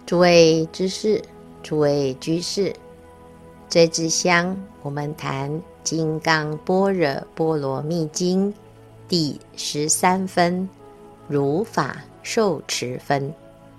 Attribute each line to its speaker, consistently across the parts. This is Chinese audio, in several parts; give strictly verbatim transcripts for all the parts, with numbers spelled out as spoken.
Speaker 1: 诸位知士，诸位居士，这支香我们谈《金刚般若波罗蜜经》第十三分，如法受持分。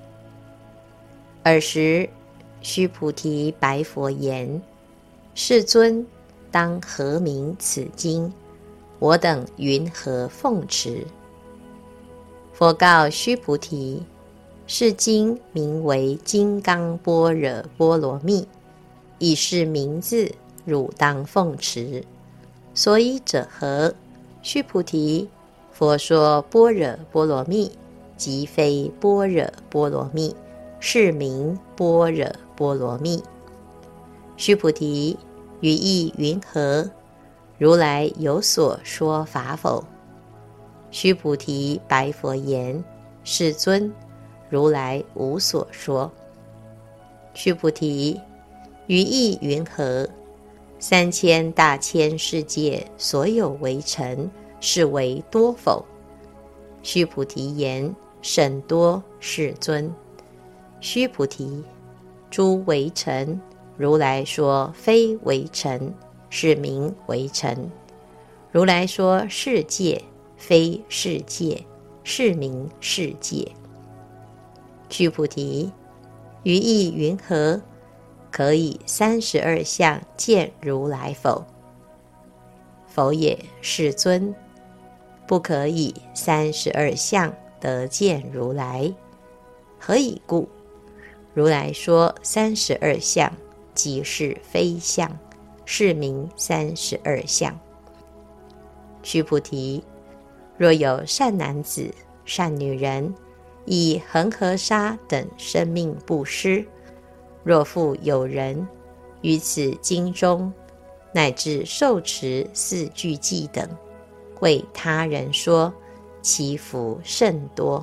Speaker 1: 尔时须菩提白佛言：世尊，当何名此经？我等云何奉持？佛告须菩提：是经名为金刚般若波罗蜜，以是名字，汝当奉持。所以者何？须菩提，佛说般若波罗蜜，即非般若波罗蜜，是名般若波罗蜜。须菩提，于意云何？如来有所说法否？须菩提白佛言：世尊，如来无所说。须菩提，于意云何？三千大千世界所有微尘，是为多否？须菩提言：甚多，世尊。须菩提，诸微尘，如来说非微尘，是名微尘。如来说世界，非世界，是名世界。须菩提，于意云何？可以三十二相见如来否？否也，世尊。不可以三十二相得见如来。何以故？如来说三十二相，即是非相，是名三十二相。须菩提，若有善男子、善女人，以恒河沙等生命布施，若复有人于此经中，乃至受持四句偈等，为他人说，其福甚多。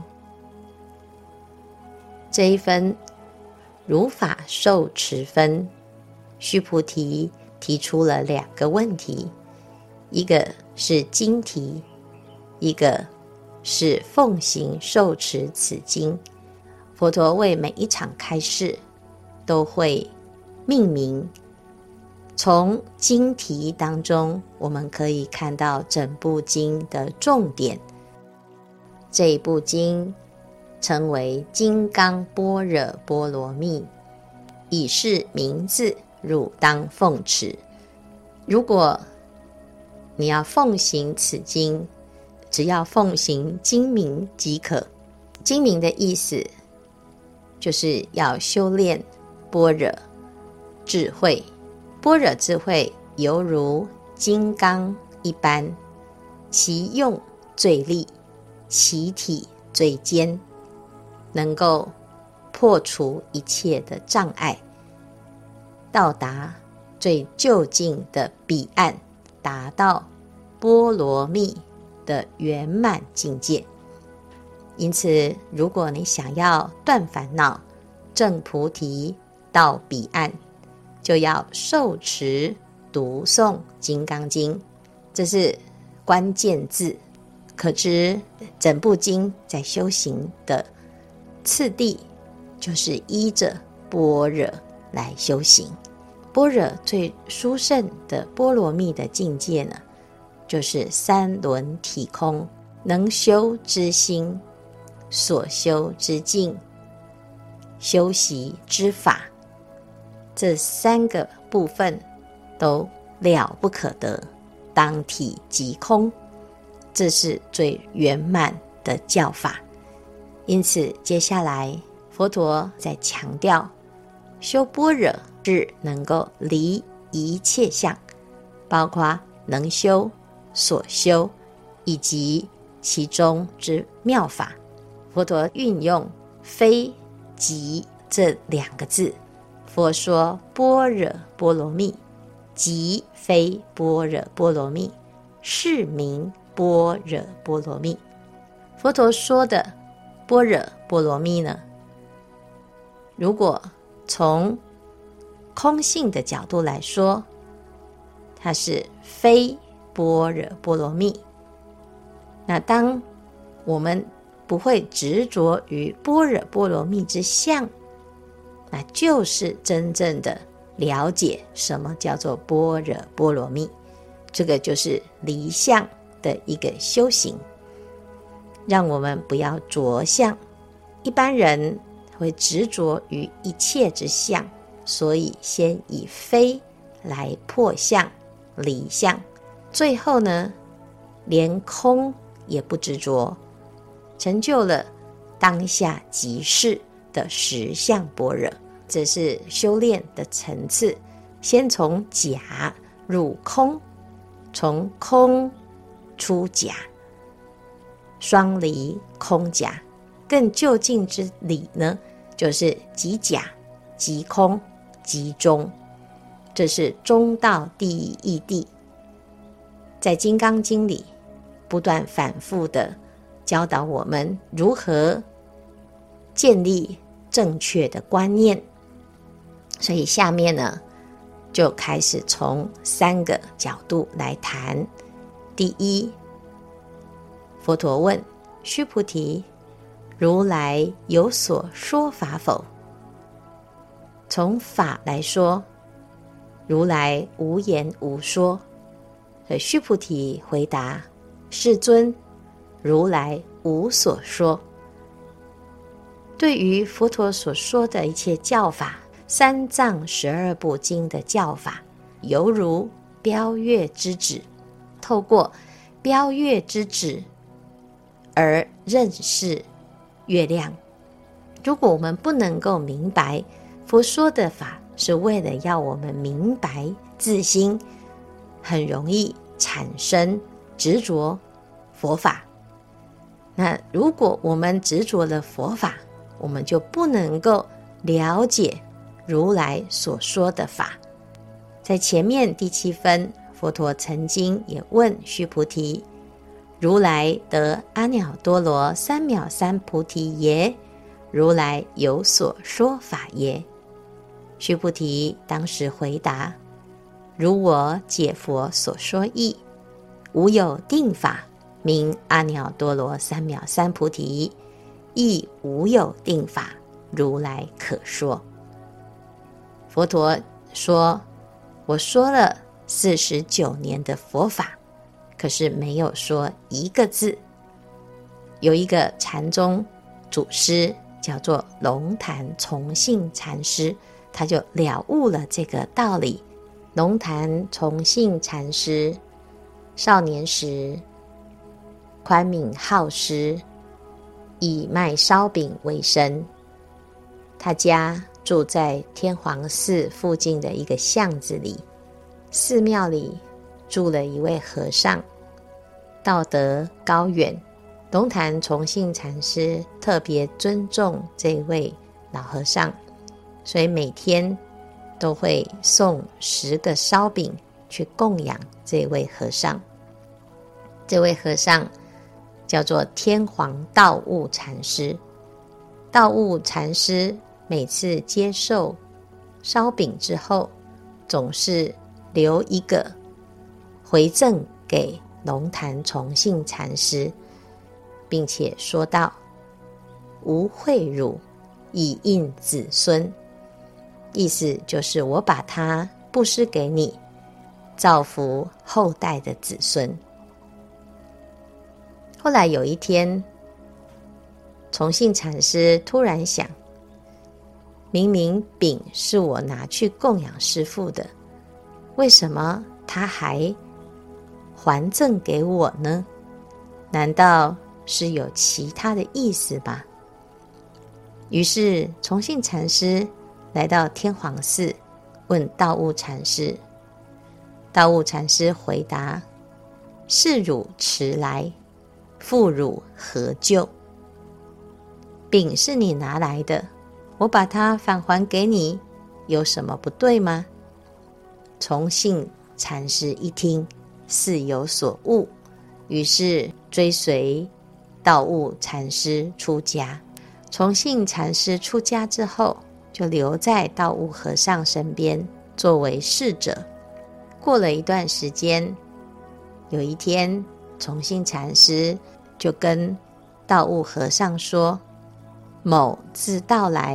Speaker 1: 这一分如法受持分，须菩提提出了两个问题，一个是经题，一个是奉行受持此经。佛陀为每一场开示都会命名，从经题当中我们可以看到整部经的重点。这一部经称为金刚般若波罗蜜，以是名字，汝当奉持。如果你要奉行此经，只要奉行经名即可。经名的意思就是要修炼般若智慧，般若智慧犹如金刚一般，其用最利，其体最坚，能够破除一切的障碍，到达最就近的彼岸，达到波罗蜜的圆满境界。因此，如果你想要断烦恼、证菩提、到彼岸，就要受持读诵金刚经，这是关键字。可知整部经在修行的次第，就是依着般若来修行。般若最殊胜的波罗蜜的境界呢，就是三轮体空，能修之心，所修之境，修习之法，这三个部分都了不可得，当体即空，这是最圆满的教法。因此接下来佛陀在强调，修般若是能够离一切相，包括能修、所修以及其中之妙法。佛陀运用非即这两个字，佛说般若波罗蜜，即非般若波罗蜜，是名般若波罗蜜。佛陀说的般若波罗蜜呢，如果从空性的角度来说，它是非般若波罗蜜。那当我们不会执着于般若波罗蜜之相， 那就是真正的了解什么叫做般若波罗蜜，这个就是离相的一个修行，让我们不要着相。一般人会执着于一切之相，所以先以非来破相离相，最后呢连空也不执着，成就了当下即是的实相般若。这是修炼的层次，先从假入空，从空出假，双离空假。更就近之理呢，就是即假即空即中，这是中道第一义谛。在《金刚经》里不断反复的教导我们如何建立正确的观念，所以下面呢就开始从三个角度来谈。第一，佛陀问须菩提，如来有所说法否？从法来说，如来无言无说。所以须菩提回答，世尊，如来无所说。对于佛陀所说的一切教法，三藏十二部经的教法，犹如标月之指，透过标月之指而认识月亮。如果我们不能够明白佛说的法是为了要我们明白自心，很容易产生执着佛法。那如果我们执着了佛法，我们就不能够了解如来所说的法。在前面第七分，佛陀曾经也问须菩提，如来得阿耨多罗三藐三菩提耶？如来有所说法耶？须菩提当时回答，如我解佛所说义，无有定法名阿耨多罗三藐三菩提，亦无有定法如来可说。佛陀说，我说了四十九年的佛法，可是没有说一个字。有一个禅宗祖师叫做龙潭崇信禅师，他就了悟了这个道理。龙潭崇信禅师少年时宽敏好施，以卖烧饼为生。他家住在天皇寺附近的一个巷子里，寺庙里住了一位和尚，道德高远。龙潭崇信禅师特别尊重这位老和尚，所以每天都会送十个烧饼去供养这位和尚。这位和尚叫做天皇道悟禅师。道悟禅师每次接受烧饼之后，总是留一个回赠给龙潭崇信禅师，并且说道，无秽汝，以应子孙。意思就是我把它布施给你，造福后代的子孙。后来有一天，崇信禅师突然想，明明饼是我拿去供养师父的，为什么他还还赠给我呢？难道是有其他的意思吗？于是崇信禅师来到天皇寺，问道悟禅师。道悟禅师回答，是汝迟来，复汝何救？饼是你拿来的，我把它返还给你，有什么不对吗？崇信禅师一听，似有所悟，于是追随道悟禅师出家。崇信禅师出家之后，就留在道悟和尚身边作为侍者。过了一段时间，有一天崇信禅师就跟道悟和尚说，某自到来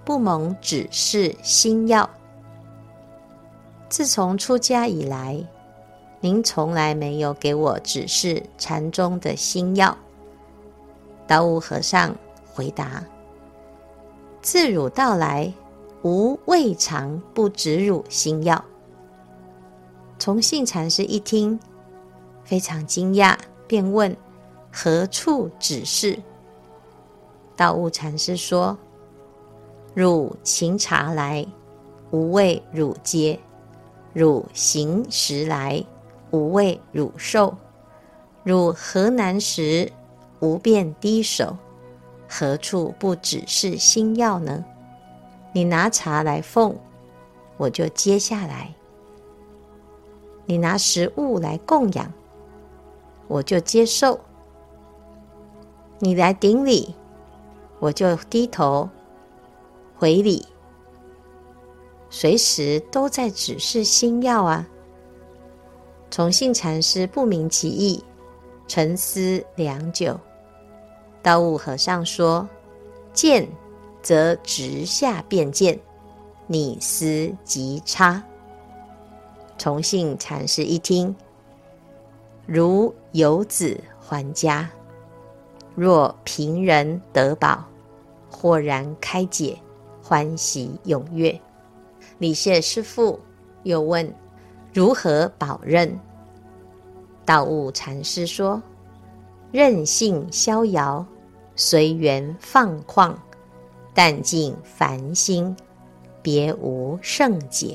Speaker 1: 不蒙指示心要。自从出家以来，您从来没有给我指示禅宗的心要。道悟和尚回答：自汝到来，吾未尝不指汝心要。崇信禅师一听，非常惊讶，便问：何处指示？道悟禅师说：汝请茶来，吾为汝接；汝行食来，吾为汝受；汝何难时，吾便低手。何处不指示心要呢？你拿茶来奉，我就接下来；你拿食物来供养，我就接受；你来顶礼，我就低头回礼。随时都在指示心要啊。崇信禅师不明其意，沉思良久。道悟和尚说：见则直下便见，你思即差。崇信禅师一听，如游子还家，若贫人得宝，豁然开解，欢喜踊跃。礼谢师父，又问如何保任？道悟禅师说：任性逍遥，随缘放旷，淡尽烦心，别无胜解。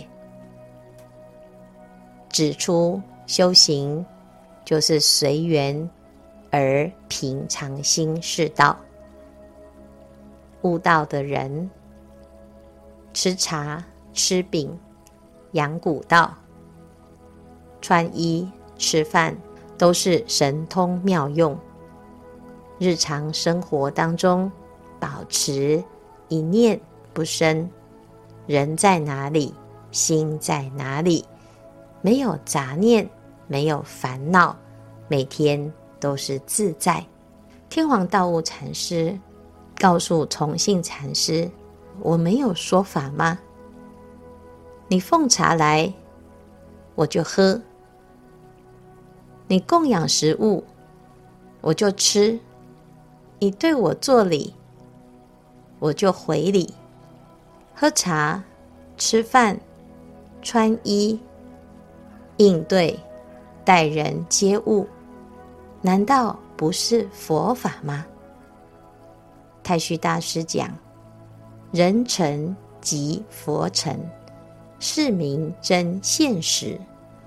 Speaker 1: 指出修行就是随缘而平常心是道。悟道的人，吃茶吃饼养古道，穿衣吃饭都是神通妙用。日常生活当中保持一念不生，人在哪里，心在哪里，没有杂念，没有烦恼，每天都是自在。天皇道悟禅师告诉崇信禅师：我没有说法吗？你奉茶来，我就喝；你供养食物，我就吃；你对我做礼，我就回礼。喝茶、吃饭、穿衣、应对、待人接物，难道不是佛法吗？太虚大师讲：人成即佛成，是名真现实。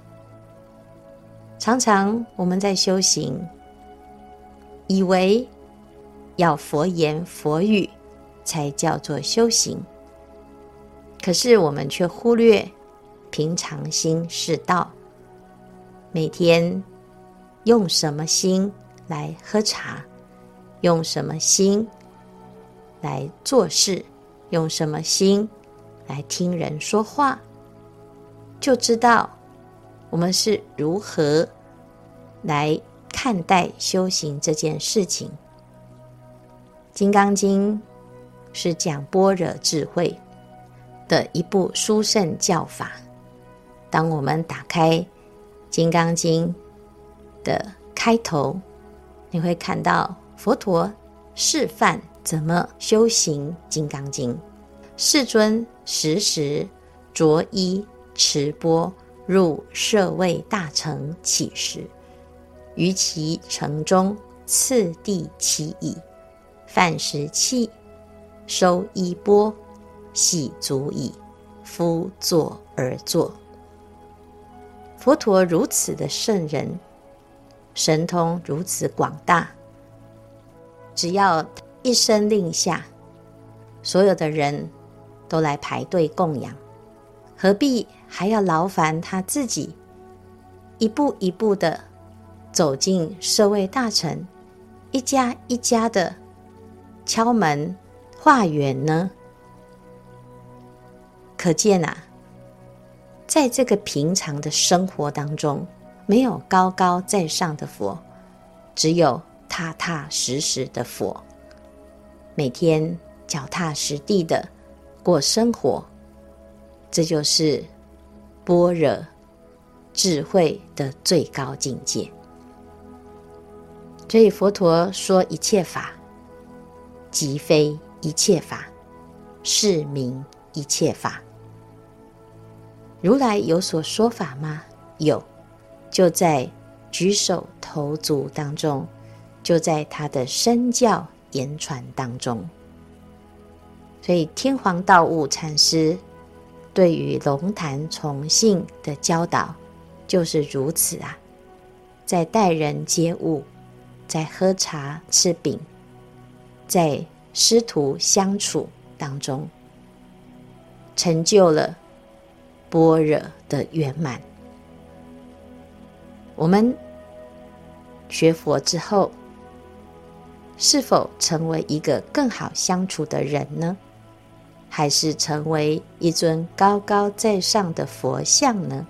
Speaker 1: 常常我们在修行，以为要佛言佛语才叫做修行，可是我们却忽略平常心是道。每天用什么心来喝茶，用什么心来做事，用什么心来听人说话，就知道我们是如何来看待修行这件事情。金刚经是讲般若智慧的一部殊胜教法。当我们打开金刚经的开头，你会看到佛陀示范怎么修行金刚经。世尊时时着衣持钵，入舍卫大城乞食，于其城中次第其已，饭食讫，收衣钵，洗足矣，夫坐而坐。佛陀如此的圣人，神通如此广大，只要一声令下，所有的人都来排队供养，何必还要劳烦他自己一步一步的走进舍卫大城，一家一家的敲门化缘呢？可见啊，在这个平常的生活当中，没有高高在上的佛，只有踏踏实实的佛，每天脚踏实地的过生活，这就是般若智慧的最高境界。所以佛陀说一切法，即非一切法，是名一切法。如来有所说法吗？有，就在举手投足当中，就在他的身教言传当中。所以天皇道悟禅师对于龙潭崇信的教导就是如此啊，在待人接物，在喝茶吃饼，在师徒相处当中，成就了般若的圆满。我们学佛之后，是否成为一个更好相处的人呢？还是成为一尊高高在上的佛像呢？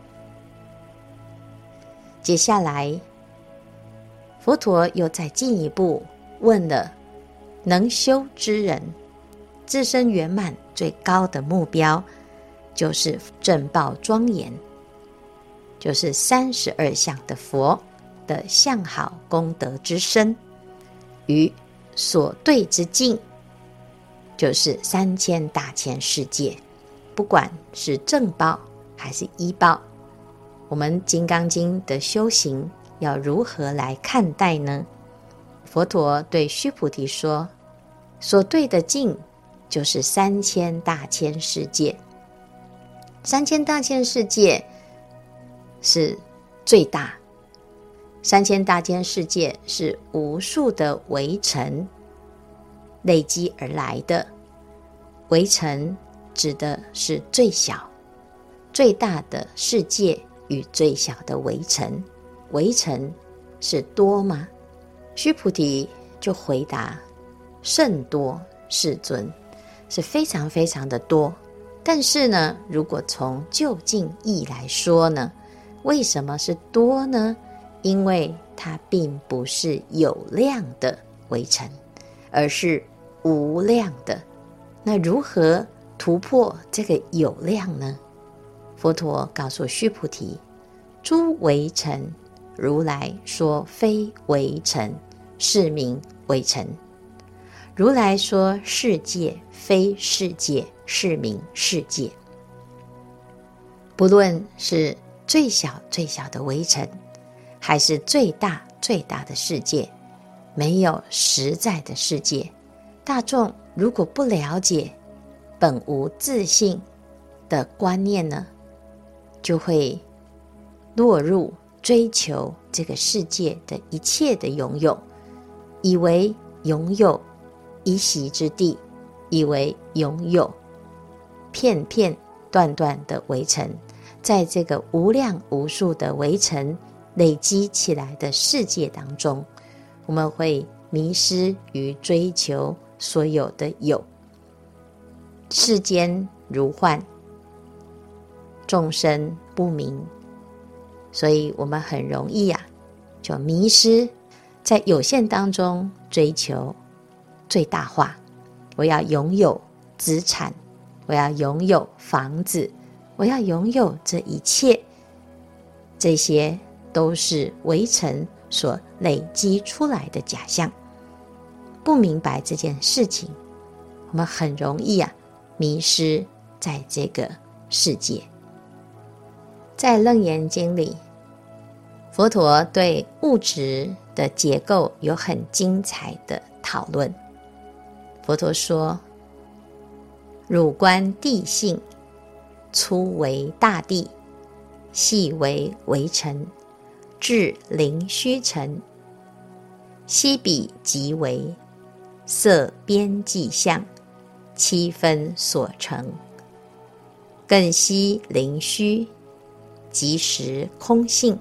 Speaker 1: 接下来佛陀又再进一步问了能修之人自身圆满最高的目标，就是正报庄严，就是三十二相的佛的相好功德之身，与所对之境，就是三千大千世界，不管是正报还是依报，我们金刚经的修行要如何来看待呢？佛陀对须菩提说，所对的境就是三千大千世界。三千大千世界是最大，三千大千世界是无数的微尘累积而来的。微尘指的是最小最大的世界与最小的微尘。微尘是多吗？须菩提就回答，甚多世尊，是非常非常的多。但是呢，如果从究竟义来说呢，为什么是多呢？因为它并不是有量的微尘，而是无量的。那如何突破这个有量呢？佛陀告诉须菩提，诸微尘，如来说非微尘，是名微尘。如来说世界非世界，是名世界。不论是最小最小的微尘，还是最大最大的世界，没有实在的世界。大众如果不了解本无自性的观念呢，就会落入追求这个世界的一切的拥有，以为拥有一席之地，以为拥有片片段段的微尘，在这个无量无数的微尘累积起来的世界当中，我们会迷失于追求所有的有。世间如幻，众生不明，所以我们很容易啊，就迷失在有限当中追求最大化。我要拥有资产，我要拥有房子，我要拥有这一切，这些都是微尘所累积出来的假象。不明白这件事情，我们很容易啊迷失在这个世界。在楞严经里，佛陀对物质的结构有很精彩的讨论。佛陀说，汝观地性，粗为大地，细为微尘，至灵虚尘，悉彼即为色边际相，七分所成，更悉灵虚，即实空性。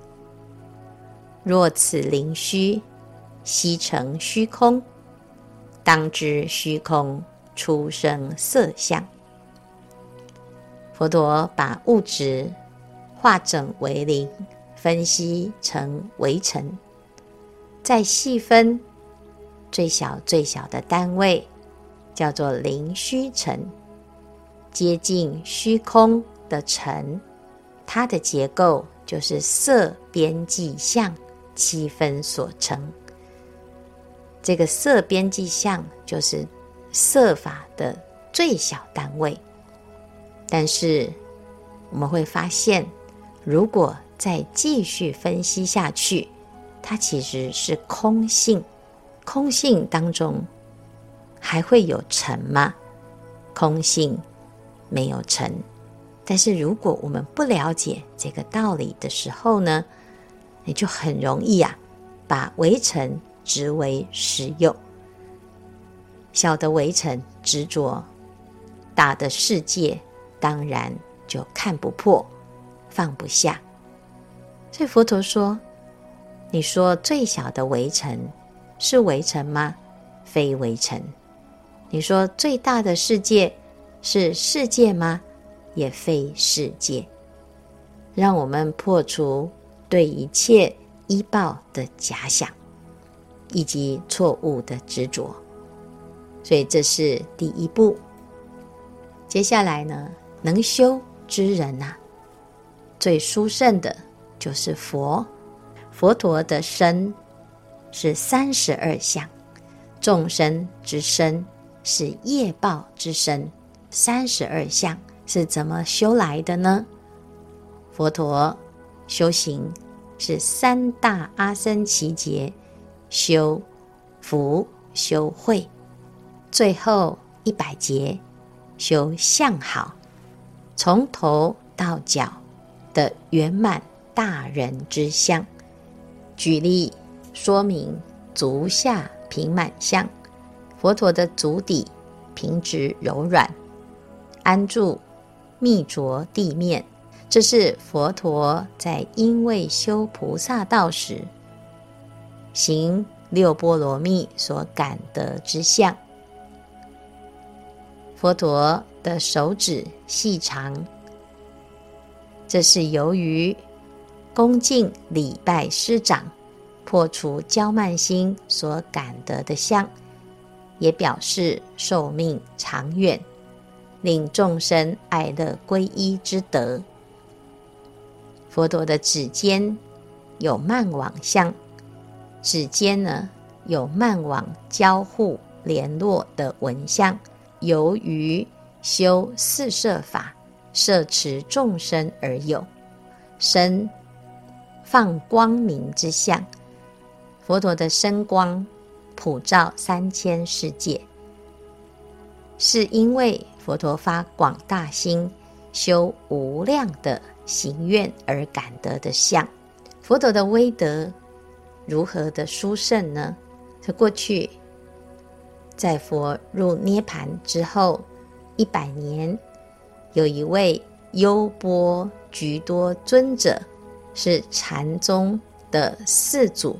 Speaker 1: 若此灵虚悉成虚空，当知虚空出生色相。佛陀把物质化整为零，分析成微尘，再细分最小最小的单位叫做灵虚尘， 接近虚空的尘，它的结构就是色边际相七分所成。这个色边际相就是色法的最小单位，但是我们会发现，如果再继续分析下去，它其实是空性。空性当中还会有尘吗？空性没有尘。但是如果我们不了解这个道理的时候呢，你就很容易啊，把微尘执为实有。小的微尘执着，大的世界当然就看不破，放不下。所以佛陀说，你说最小的微尘是微尘吗？非微尘。你说最大的世界是世界吗？也非世界。让我们破除对一切依报的假想，以及错误的执着。所以这是第一步。接下来呢，能修之人啊，最殊胜的就是佛。佛陀的身是三十二相，众生之身是业报之身。三十二相是怎么修来的呢？佛陀修行是三大阿僧祇劫，修福修慧，最后一百劫修相好，从头到脚的圆满大人之相。举例说明足下平满相。佛陀的足底平直柔软，安住密着地面，这是佛陀在因为修菩萨道时行六波罗蜜所感得之相。佛陀的手指细长，这是由于恭敬礼拜师长，破除骄慢心所感得的相，也表示寿命长远，令众生爱乐皈依之德。佛陀的指尖有慢网相，指尖呢有慢网交互联络的纹相，由于修四摄法，摄持众生而有，身放光明之相。佛陀的身光普照三千世界，是因为佛陀发广大心，修无量的行愿而感得的相。佛陀的威德如何的殊胜呢？是过去在佛入涅盘之后一百年，有一位优波居多尊者，是禅宗的四祖。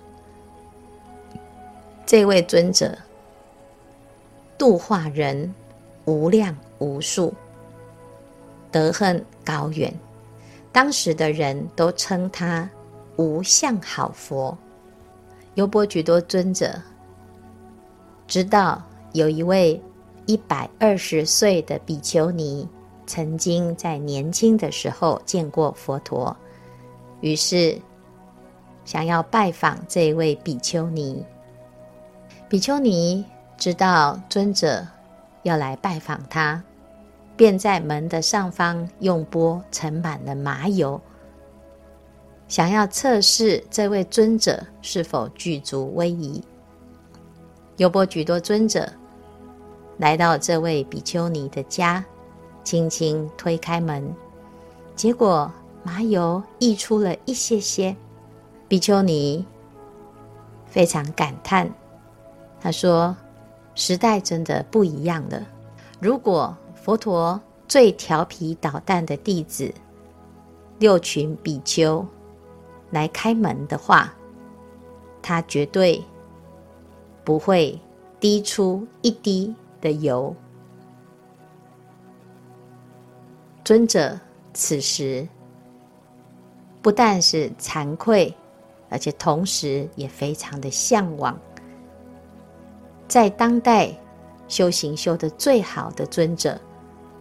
Speaker 1: 这位尊者度化人无量无数，德行高远，当时的人都称他无相好佛。优波居多尊者知道有一位一百二十岁的比丘尼曾经在年轻的时候见过佛陀，于是想要拜访这位比丘尼。比丘尼知道尊者要来拜访他，便在门的上方用钵盛满了麻油，想要测试这位尊者是否具足威仪。优波居多尊者来到这位比丘尼的家，轻轻推开门，结果麻油溢出了一些些。比丘尼非常感叹，他说，时代真的不一样了。如果佛陀最调皮捣蛋的弟子六群比丘来开门的话，他绝对不会滴出一滴的油。尊者此时不但是惭愧，而且同时也非常的向往，在当代修行修得最好的尊者，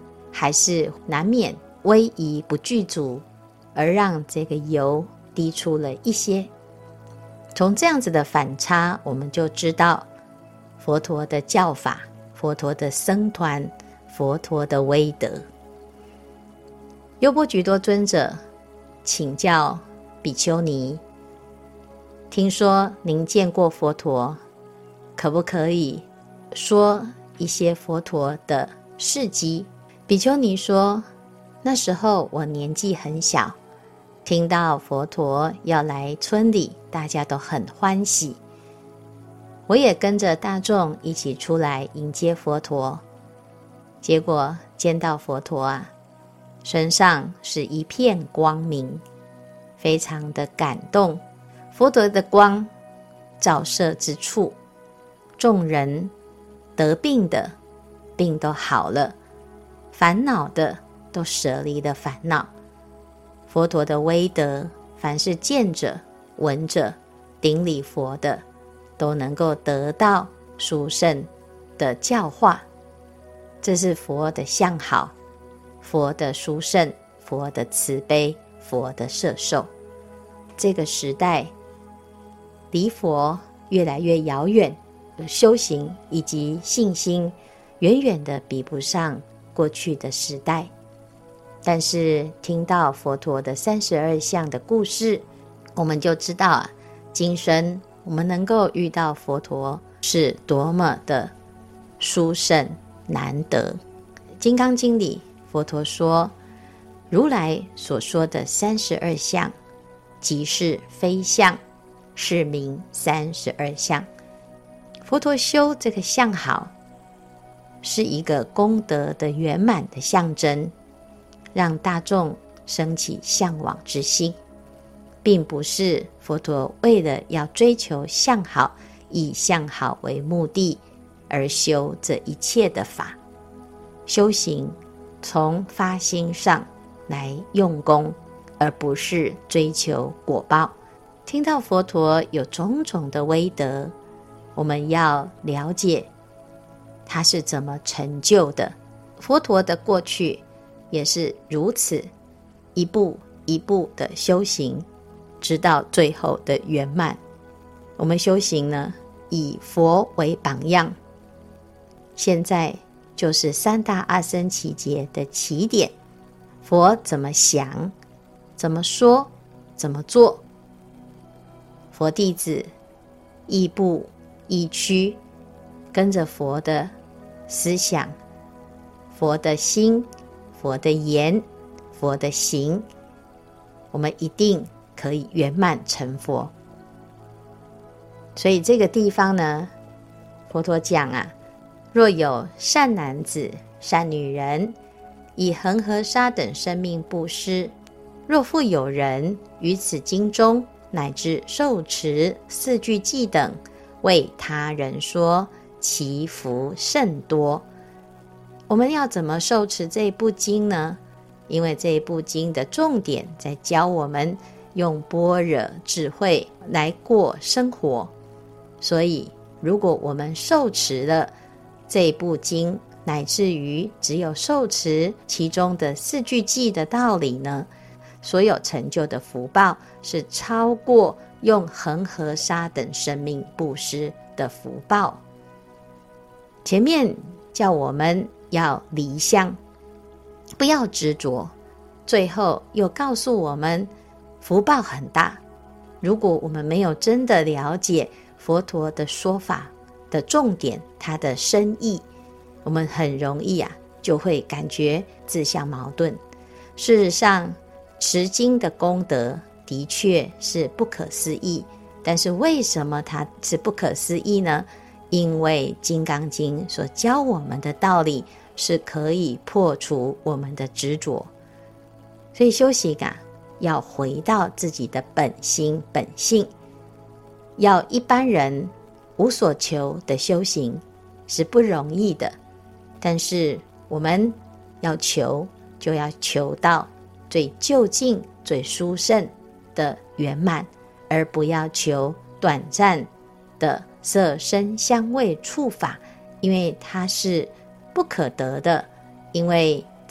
Speaker 1: 还是难免威仪不具足，而让这个油滴出了一些。从这样子的反差，我们就知道佛陀的教法，佛陀的僧团，佛陀的威德。优波居多尊者请教比丘尼，听说您见过佛陀，可不可以说一些佛陀的事迹？比丘尼说，那时候我年纪很小，听到佛陀要来村里，大家都很欢喜，我也跟着大众一起出来迎接佛陀。结果见到佛陀啊，身上是一片光明，非常的感动。佛陀的光照射之处，众人得病的病都好了，烦恼的都舍离了烦恼。佛陀的威德，凡是见者闻者顶礼佛的，都能够得到殊胜的教化。这是佛的相好，佛的殊胜，佛的慈悲，佛的摄受。这个时代离佛越来越遥远，修行以及信心远远的比不上过去的时代。但是听到佛陀的三十二相的故事，我们就知道啊，今生我们能够遇到佛陀是多么的殊胜难得。金刚经里佛陀说，如来所说的三十二相，即是非相，是名三十二相。佛陀修这个相好，是一个功德的圆满的象征，让大众升起向往之心，并不是佛陀为了要追求相好，以相好为目的而修这一切的法。修行从发心上来用功，而不是追求果报。听到佛陀有种种的威德，我们要了解他是怎么成就的。佛陀的过去也是如此，一步一步的修行，直到最后的圆满。我们修行呢，以佛为榜样，现在就是三大阿僧祇劫的起点。佛怎么想，怎么说，怎么做，佛弟子亦步亦趋，跟着佛的思想，佛的心，佛的言，佛的行，我们一定可以圆满成佛。所以这个地方呢，佛陀讲啊，若有善男子善女人，以恒河沙等生命布施，若复有人于此经中乃至受持四句偈等，为他人说，其福甚多。我们要怎么受持这部经呢？因为这部经的重点在教我们用般若智慧来过生活，所以如果我们受持了这部经，乃至于只有受持其中的四句偈的道理呢，所有成就的福报是超过用恒河沙等生命布施的福报。前面叫我们要离相，不要执着，最后又告诉我们福报很大。如果我们没有真的了解佛陀的说法的重点，它的深意，我们很容易啊就会感觉自相矛盾。事实上持经的功德的确是不可思议，但是为什么它是不可思议呢？因为金刚经所教我们的道理是可以破除我们的执着。所以修行啊，要回到自己的本心本性。要一般人无所求的修行是不容易的，但是我们要求，就要求到最究竟最殊胜的圆满，而不要求短暂的色声香味触法，因为它是不可得的。因为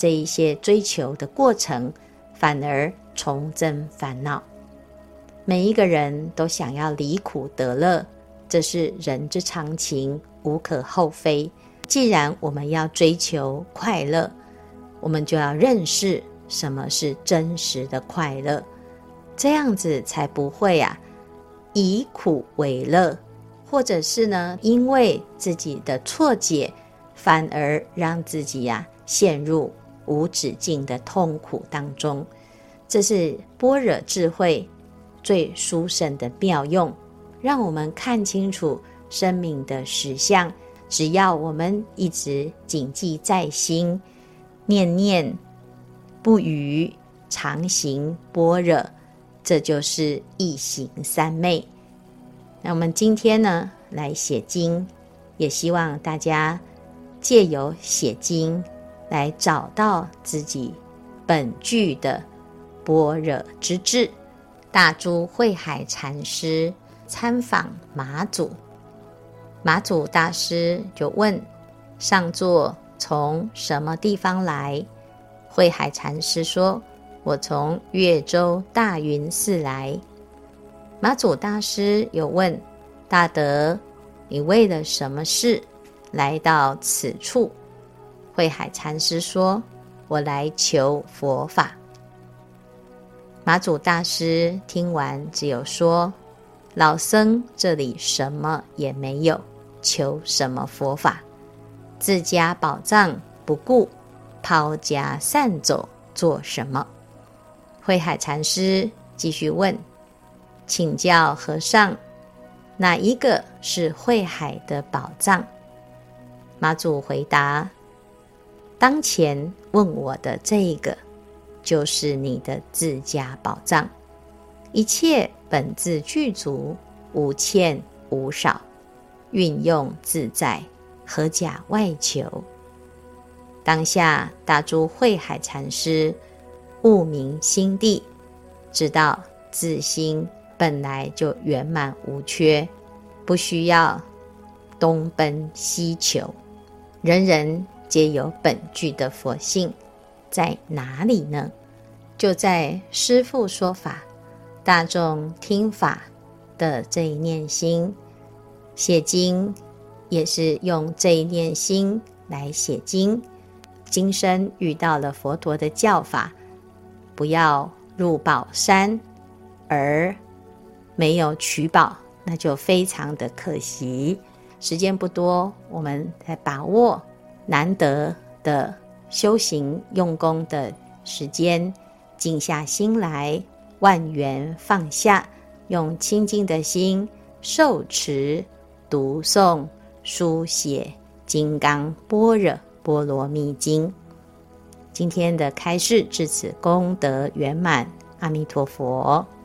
Speaker 1: 这一些追求的过程，反而重增烦恼。每一个人都想要离苦得乐，这是人之常情，无可厚非。既然我们要追求快乐，我们就要认识什么是真实的快乐，这样子才不会啊以苦为乐，或者是呢因为自己的错解，反而让自己啊陷入无止境的痛苦当中。这是般若智慧最殊胜的妙用，让我们看清楚生命的实相。只要我们一直谨记在心，念念不渝，常行般若，这就是一行三昧。那我们今天呢来写经，也希望大家借由写经来找到自己本具的般若之智。大珠慧海禅师参访马祖，马祖大师就问上座从什么地方来？慧海禅师说，我从越州大云寺来。马祖大师又问，大德，你为了什么事来到此处？慧海禅师说，我来求佛法。马祖大师听完只有说，老僧这里什么也没有，求什么佛法？自家宝藏不顾，抛家散走做什么？慧海禅师继续问，请教和尚，哪一个是慧海的宝藏？马祖回答，当前问我的这一个，就是你的自家宝藏，一切本自具足，无欠无少，运用自在，何假外求？当下大珠慧海禅师悟明心地，知道自心本来就圆满无缺，不需要东奔西求。人人皆有本具的佛性，在哪里呢？就在师父说法，大众听法的这一念心。写经也是用这一念心来写经。今生遇到了佛陀的教法，不要入宝山而没有取宝，那就非常的可惜。时间不多，我们来把握难得的修行用功的时间，静下心来，万缘放下，用清净的心受持读诵书写金刚般若波罗蜜经。今天的开示至此功德圆满，阿弥陀佛。